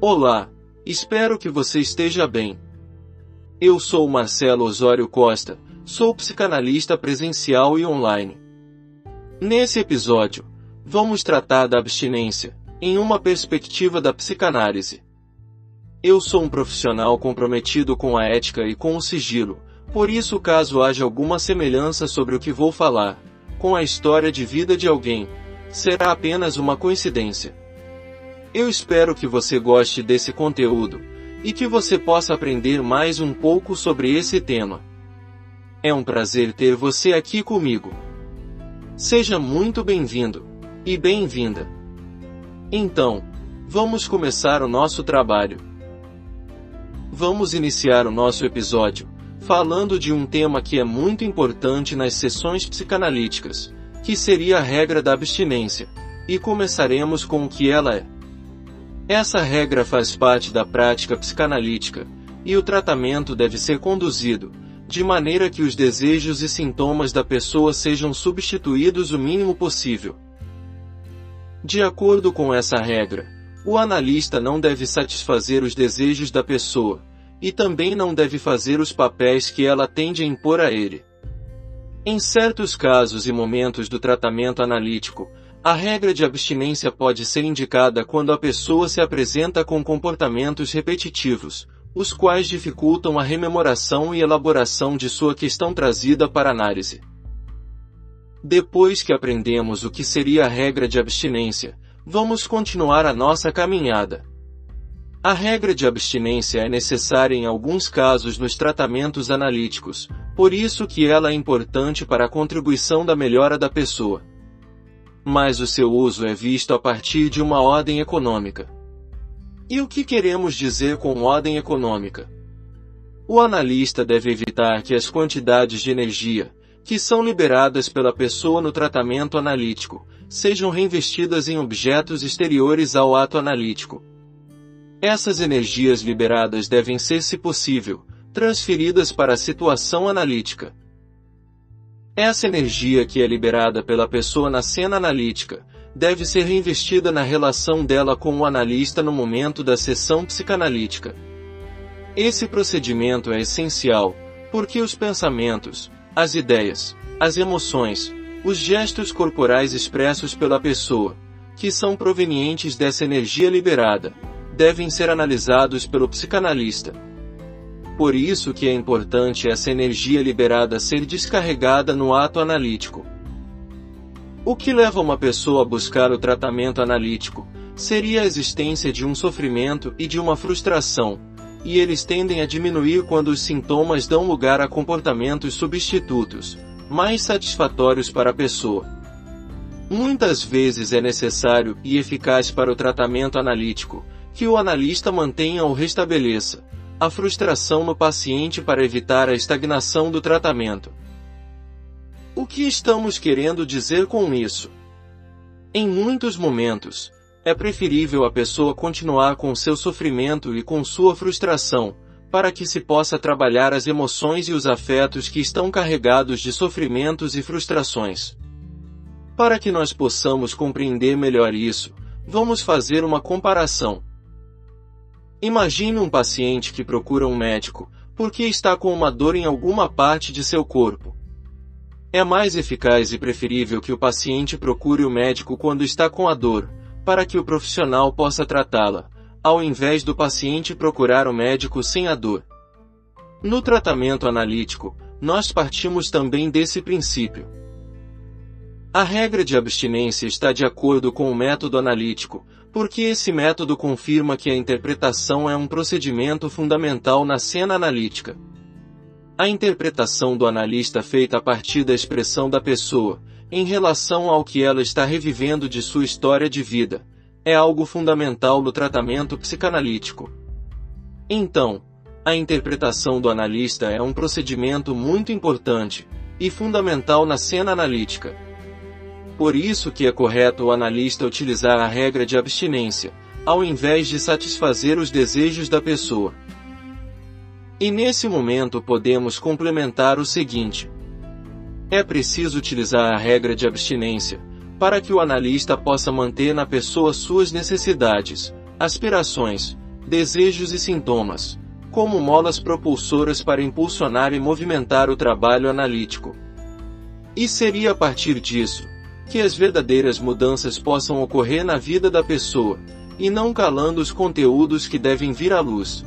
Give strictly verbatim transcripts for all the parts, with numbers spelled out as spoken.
Olá, espero que você esteja bem. Eu sou Marcelo Osório Costa, sou psicanalista presencial e online. Nesse episódio, vamos tratar da abstinência, em uma perspectiva da psicanálise. Eu sou um profissional comprometido com a ética e com o sigilo, por isso caso haja alguma semelhança sobre o que vou falar, com a história de vida de alguém, será apenas uma coincidência. Eu espero que você goste desse conteúdo, e que você possa aprender mais um pouco sobre esse tema. É um prazer ter você aqui comigo. Seja muito bem-vindo, e bem-vinda. Então, vamos começar o nosso trabalho. Vamos iniciar o nosso episódio, falando de um tema que é muito importante nas sessões psicanalíticas, que seria a regra da abstinência, e começaremos com o que ela é. Essa regra faz parte da prática psicanalítica, e o tratamento deve ser conduzido, de maneira que os desejos e sintomas da pessoa sejam substituídos o mínimo possível. De acordo com essa regra, o analista não deve satisfazer os desejos da pessoa, e também não deve fazer os papéis que ela tende a impor a ele. Em certos casos e momentos do tratamento analítico, a regra de abstinência pode ser indicada quando a pessoa se apresenta com comportamentos repetitivos, os quais dificultam a rememoração e elaboração de sua questão trazida para análise. Depois que aprendemos o que seria a regra de abstinência, vamos continuar a nossa caminhada. A regra de abstinência é necessária em alguns casos nos tratamentos analíticos, por isso que ela é importante para a contribuição da melhora da pessoa. Mas o seu uso é visto a partir de uma ordem econômica. E o que queremos dizer com ordem econômica? O analista deve evitar que as quantidades de energia, que são liberadas pela pessoa no tratamento analítico, sejam reinvestidas em objetos exteriores ao ato analítico. Essas energias liberadas devem ser, se possível, transferidas para a situação analítica. Essa energia que é liberada pela pessoa na cena analítica, deve ser reinvestida na relação dela com o analista no momento da sessão psicanalítica. Esse procedimento é essencial, porque os pensamentos, as ideias, as emoções, os gestos corporais expressos pela pessoa, que são provenientes dessa energia liberada, devem ser analisados pelo psicanalista. Por isso que é importante essa energia liberada ser descarregada no ato analítico. O que leva uma pessoa a buscar o tratamento analítico seria a existência de um sofrimento e de uma frustração, e eles tendem a diminuir quando os sintomas dão lugar a comportamentos substitutos, mais satisfatórios para a pessoa. Muitas vezes é necessário e eficaz para o tratamento analítico que o analista mantenha ou restabeleça a frustração no paciente para evitar a estagnação do tratamento. O que estamos querendo dizer com isso? Em muitos momentos, é preferível a pessoa continuar com seu sofrimento e com sua frustração, para que se possa trabalhar as emoções e os afetos que estão carregados de sofrimentos e frustrações. Para que nós possamos compreender melhor isso, vamos fazer uma comparação. Imagine um paciente que procura um médico, porque está com uma dor em alguma parte de seu corpo. É mais eficaz e preferível que o paciente procure o médico quando está com a dor, para que o profissional possa tratá-la, ao invés do paciente procurar o médico sem a dor. No tratamento analítico, nós partimos também desse princípio. A regra de abstinência está de acordo com o método analítico, porque esse método confirma que a interpretação é um procedimento fundamental na cena analítica. A interpretação do analista feita a partir da expressão da pessoa, em relação ao que ela está revivendo de sua história de vida, é algo fundamental no tratamento psicanalítico. Então, a interpretação do analista é um procedimento muito importante e fundamental na cena analítica. Por isso que é correto o analista utilizar a regra de abstinência, ao invés de satisfazer os desejos da pessoa. E nesse momento podemos complementar o seguinte. É preciso utilizar a regra de abstinência, para que o analista possa manter na pessoa suas necessidades, aspirações, desejos e sintomas, como molas propulsoras para impulsionar e movimentar o trabalho analítico. E seria a partir disso que as verdadeiras mudanças possam ocorrer na vida da pessoa, e não calando os conteúdos que devem vir à luz.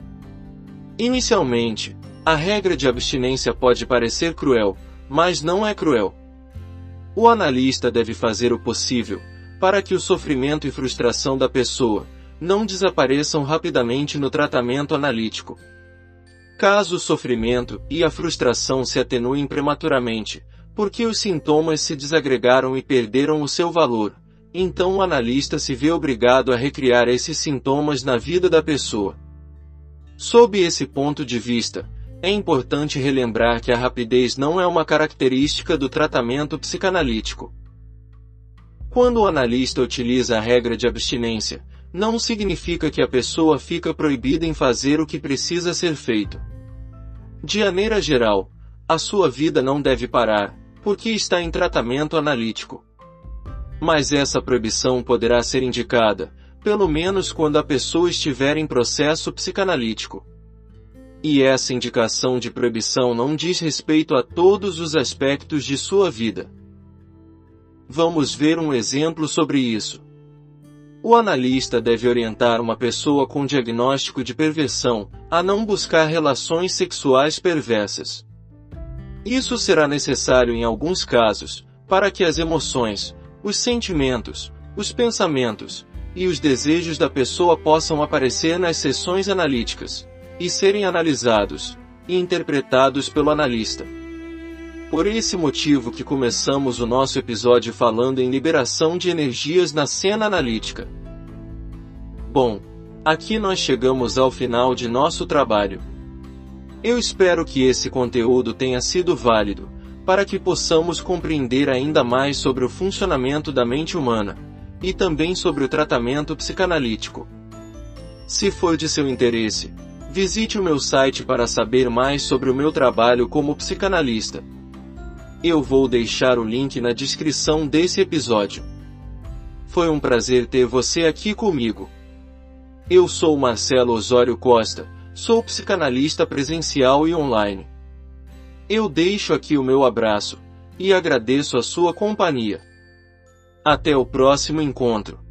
Inicialmente, a regra de abstinência pode parecer cruel, mas não é cruel. O analista deve fazer o possível para que o sofrimento e frustração da pessoa não desapareçam rapidamente no tratamento analítico. Caso o sofrimento e a frustração se atenuem prematuramente, porque os sintomas se desagregaram e perderam o seu valor, então o analista se vê obrigado a recriar esses sintomas na vida da pessoa. Sob esse ponto de vista, é importante relembrar que a rapidez não é uma característica do tratamento psicanalítico. Quando o analista utiliza a regra de abstinência, não significa que a pessoa fica proibida em fazer o que precisa ser feito. De maneira geral, a sua vida não deve parar, porque está em tratamento analítico. Mas essa proibição poderá ser indicada, pelo menos quando a pessoa estiver em processo psicanalítico. E essa indicação de proibição não diz respeito a todos os aspectos de sua vida. Vamos ver um exemplo sobre isso. O analista deve orientar uma pessoa com diagnóstico de perversão a não buscar relações sexuais perversas. Isso será necessário em alguns casos, para que as emoções, os sentimentos, os pensamentos e os desejos da pessoa possam aparecer nas sessões analíticas e serem analisados e interpretados pelo analista. Por esse motivo que começamos o nosso episódio falando em liberação de energias na cena analítica. Bom, aqui nós chegamos ao final de nosso trabalho. Eu espero que esse conteúdo tenha sido válido, para que possamos compreender ainda mais sobre o funcionamento da mente humana, e também sobre o tratamento psicanalítico. Se for de seu interesse, visite o meu site para saber mais sobre o meu trabalho como psicanalista. Eu vou deixar o link na descrição desse episódio. Foi um prazer ter você aqui comigo. Eu sou Marcelo Osório Costa, sou psicanalista presencial e online. Eu deixo aqui o meu abraço, e agradeço a sua companhia. Até o próximo encontro.